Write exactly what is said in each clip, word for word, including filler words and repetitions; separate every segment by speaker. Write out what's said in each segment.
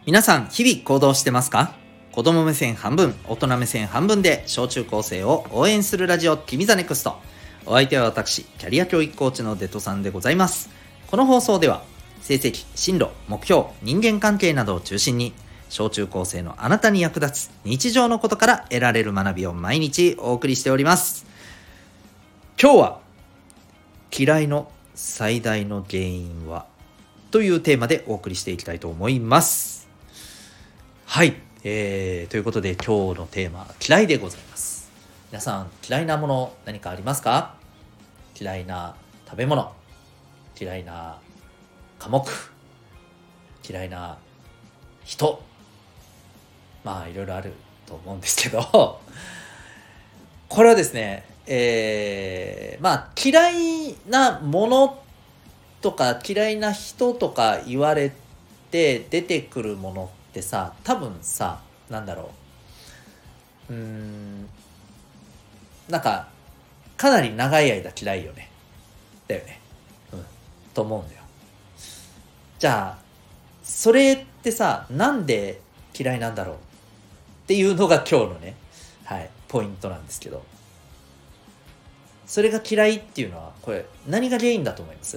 Speaker 1: 皆さん日々行動してますか？子供目線半分、大人目線半分で小中高生を応援するラジオ君ザネクスト。お相手は私、キャリア教育コーチのデトさんでございます。この放送では成績、進路、目標、人間関係などを中心に小中高生のあなたに役立つ日常のことから得られる学びを毎日お送りしております。今日は嫌いの最大の原因はというテーマでお送りしていきたいと思います。はい、えー、ということで今日のテーマは嫌いでございます。皆さん嫌いなもの何かありますか？嫌いな食べ物、嫌いな科目、嫌いな人、まあいろいろあると思うんですけどこれはですね、えー、まあ嫌いなものとか嫌いな人とか言われて出てくるものってさ、多分さ、なんだろう、うーんなんかかなり長い間嫌いよねだよね、うん、と思うんだよ。じゃあそれってさ、なんで嫌いなんだろうっていうのが今日のね、はい、ポイントなんですけど、それが嫌いっていうのはこれ何が原因だと思います？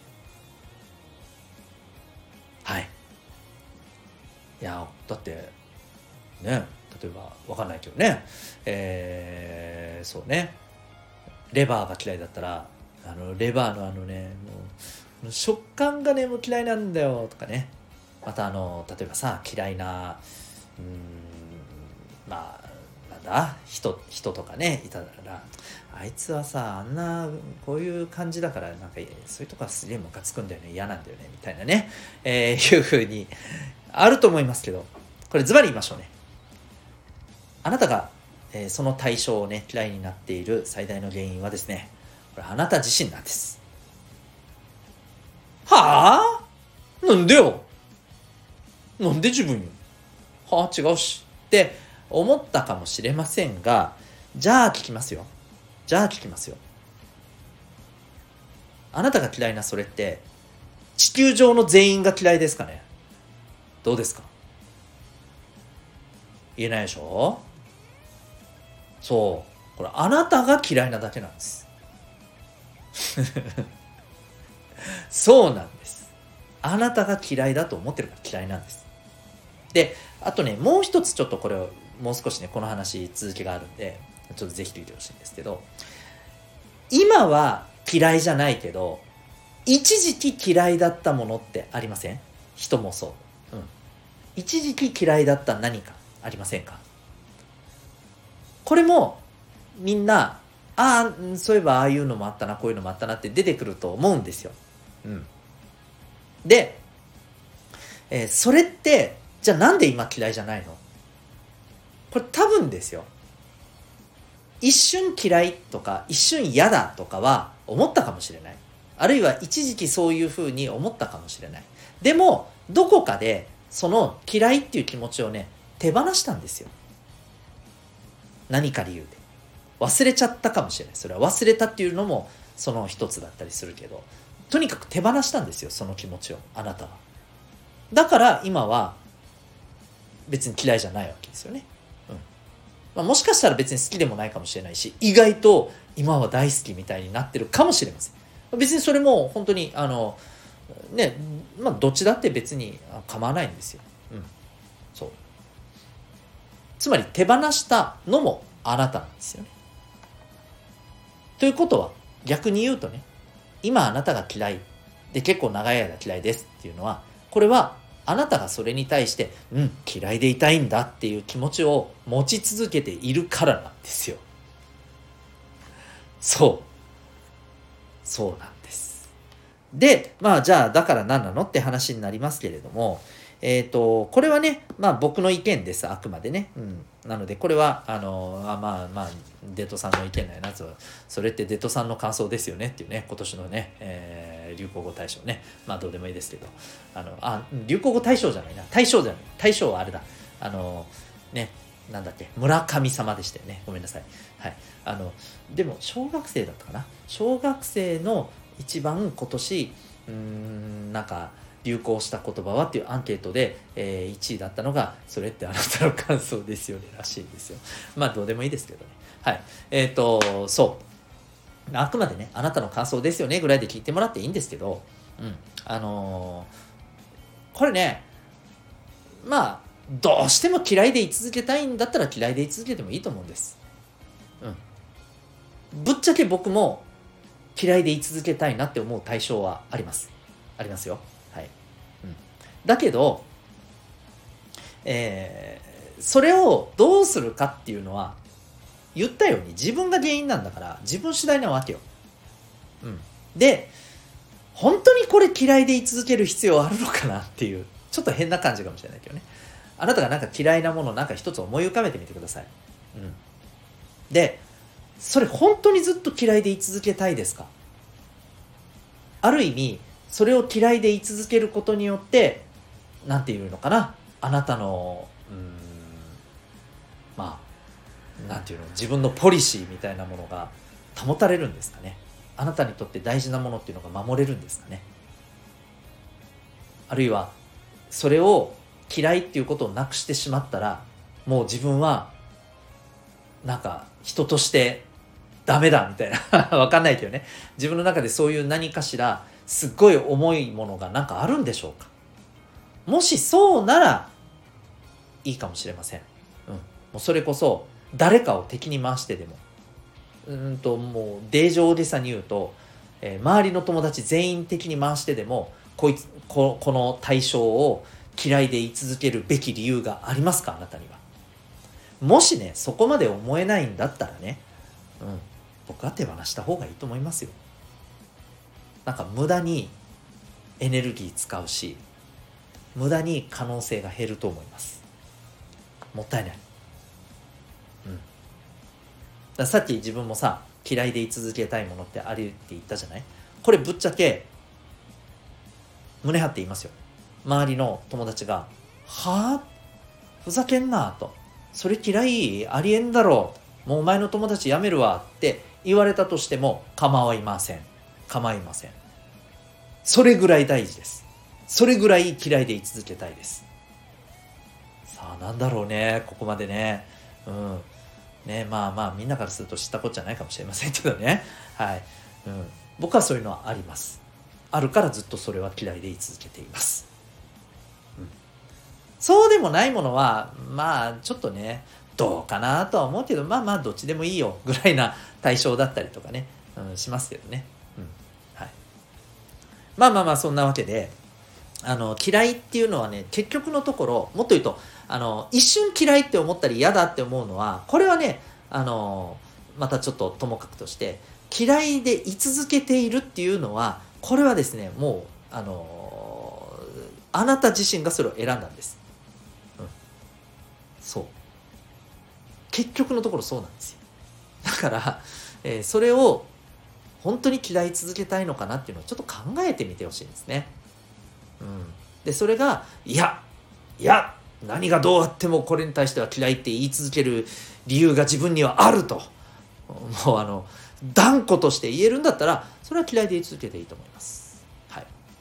Speaker 1: はい。いやだってね、例えばわかんないけどね、えー、そうね、レバーが嫌いだったら、あのレバーのあのね、もう食感がねもう嫌いなんだよとかね。またあの例えばさ、嫌いなうーんまあなんだ人人とかねいたら、あいつはさあんなこういう感じだからなんかそういうとこはすげえムカつくんだよね、嫌なんだよねみたいなね、えー、いう風にあると思いますけど、これズバリ言いましょうね。あなたが、えー、その対象をね嫌いになっている最大の原因はですね、これあなた自身なんです。はあ？なんでよ、なんで自分よ、はあ違うしって思ったかもしれませんが、じゃあ聞きますよ。じゃあ聞きますよ。あなたが嫌いなそれって地球上の全員が嫌いですかね？どうですか？言えないでしょ？そう、これあなたが嫌いなだけなんですそうなんです。あなたが嫌いだと思ってるから嫌いなんです。で、あとね、もう一つちょっとこれをもう少しね、この話続きがあるんで、ちょっとぜひ聞いてほしいんですけど、今は嫌いじゃないけど、一時期嫌いだったものってありません？人もそう。うん。一時期嫌いだった何かありませんか？これもみんな、ああ、そういえばああいうのもあったな、こういうのもあったなって出てくると思うんですよ。うん。で、えーそれってじゃあなんで今嫌いじゃないの？これ多分ですよ、一瞬嫌いとか一瞬嫌だとかは思ったかもしれない。あるいは一時期そういうふうに思ったかもしれない。でもどこかでその嫌いっていう気持ちをね手放したんですよ。何か理由で忘れちゃったかもしれない。それは忘れたっていうのもその一つだったりするけど、とにかく手放したんですよ、その気持ちをあなたは。だから今は別に嫌いじゃないわけですよね。うん。まあ、もしかしたら別に好きでもないかもしれないし、意外と今は大好きみたいになってるかもしれません。別にそれも本当にあのね、まあどっちだって別に構わないんですよ。うん。そう。つまり手放したのもあなたなんですよね。ということは逆に言うとね、今あなたが嫌いで結構長い間嫌いですっていうのは、これはあなたがそれに対してうん嫌いでいたいんだっていう気持ちを持ち続けているからなんですよ。そうそうなんです。で、まあじゃあだから何なのって話になりますけれども、えっとこれはね、まあ僕の意見です、あくまでね。うん。なのでこれはあのあまあまあデトさんの意見だよなと、それってデトさんの感想ですよねっていうね、今年のね、えー、流行語大賞ね、まあどうでもいいですけど、あのあ流行語大賞じゃないな、大賞じゃない、大賞はあれだ、あのね、なんだっけ、村神様でしたよね、ごめんなさい。はい。あのでも小学生だったかな、小学生の一番今年うーんなんか流行した言葉はっていうアンケートで、えー、いちいだったのが、それってあなたの感想ですよねらしいんですよ。まあどうでもいいですけどね。はい。えっと、そう。あくまでね、あなたの感想ですよねぐらいで聞いてもらっていいんですけど、うん。あのー、これね、まあ、どうしても嫌いでい続けたいんだったら嫌いでい続けてもいいと思うんです。うん。ぶっちゃけ僕も嫌いでい続けたいなって思う対象はあります。ありますよ。はい。うん。だけど、えー、それをどうするかっていうのは、言ったように自分が原因なんだから自分次第なわけよ。うん。で、本当にこれ嫌いでい続ける必要あるのかなっていう、ちょっと変な感じかもしれないけどね。あなたがなんか嫌いなものなんか一つ思い浮かべてみてください。うん。で、それ本当にずっと嫌いでい続けたいですか？ある意味、それを嫌いでい続けることによって、なんていうのかな、あなたの、うーん、まあ、なんていうの、自分のポリシーみたいなものが保たれるんですかね。あなたにとって大事なものっていうのが守れるんですかね。あるいは、それを嫌いっていうことをなくしてしまったら、もう自分は、なんか、人としてダメだみたいなわかんないけどね、自分の中でそういう何かしらすっごい重いものがなんかあるんでしょうか。もしそうならいいかもしれません。うん、もうそれこそ誰かを敵に回してでも、うんともうデージ大げさに言うと、えー、周りの友達全員敵に回してでもこいつ こ, この対象を嫌いでい続けるべき理由がありますか、あなたには。もしねそこまで思えないんだったらね、うん、僕は手放した方がいいと思いますよ。なんか無駄にエネルギー使うし、無駄に可能性が減ると思います。もったいない。うん。だからさっき自分もさ、嫌いでい続けたいものってあるって言ったじゃない？これぶっちゃけ胸張って言いますよ。周りの友達が、はぁ、ふざけんなと、それ嫌い、ありえんだろう、もうお前の友達やめるわって言われたとしても構いません。構いません。それぐらい大事です。それぐらい嫌いでい続けたいです。さあなんだろうね、ここまでね。うん。ね、まあまあみんなからすると知ったことじゃないかもしれませんけどね。はい。うん。僕はそういうのはあります。あるからずっとそれは嫌いでい続けています。うん。そうでもないものは、まあちょっとね、どうかなとは思うけど、まあまあどっちでもいいよぐらいな対象だったりとかね、うん、しますけどね。うん。はい。まあまあまあそんなわけで、あの嫌いっていうのはね、結局のところもっと言うと、あの一瞬嫌いって思ったり嫌だって思うのは、これはね、あのまたちょっとともかくとして、嫌いで居続けているっていうのは、これはですね、もうあのあなた自身がそれを選んだんです。うん、そう、結局のところそうなんですよ。だから、えーそれを本当に嫌い続けたいのかなっていうのをちょっと考えてみてほしいんですね。うん、でそれが、いやいや何がどうあってもこれに対しては嫌いって言い続ける理由が自分にはあると、もうあの断固として言えるんだったら、それは嫌いで言い続けていいと思います。はい。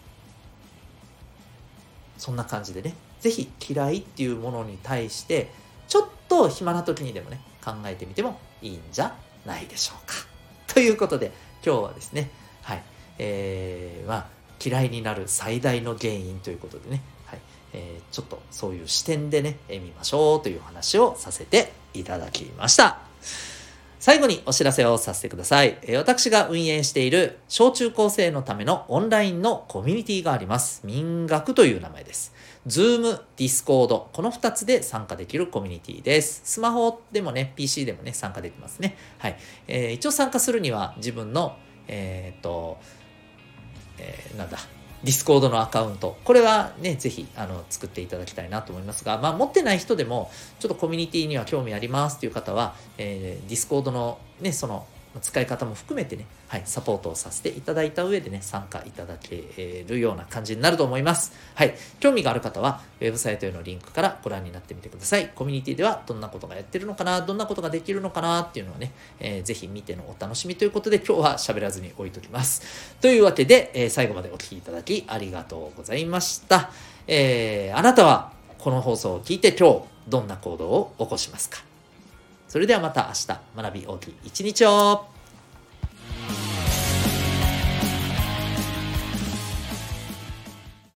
Speaker 1: そんな感じでね、ぜひ嫌いっていうものに対してちょっと暇な時にでもね考えてみてもいいんじゃないでしょうか。ということで今日はですね、はい、えー、まあ嫌いになる最大の原因ということでね、はい、えー、ちょっとそういう視点でね、えー、見ましょうという話をさせていただきました。最後にお知らせをさせてください。えー、私が運営している小中高生のためのオンラインのコミュニティがあります。民学という名前です。Zoom、Discord、このふたつで参加できるコミュニティです。スマホでもね、ピーシー でもね、参加できますね。はい。えー、一応参加するには自分の、えー、っと、えー、なんだ、ディスコードのアカウント、これはね、ぜひあの作っていただきたいなと思いますが、まあ、持ってない人でもちょっとコミュニティには興味ありますという方は、えー、ディスコードのね、その使い方も含めてね、はい、サポートをさせていただいた上でね、参加いただけるような感じになると思います。はい。興味がある方は、ウェブサイトへのリンクからご覧になってみてください。コミュニティではどんなことがやってるのかな、どんなことができるのかなっていうのはね、えー、ぜひ見てのお楽しみということで、今日は喋らずに置いときます。というわけで、えー、最後までお聞きいただきありがとうございました。えー、あなたはこの放送を聞いて今日どんな行動を起こしますか？それではまた明日、学び大きい一日を。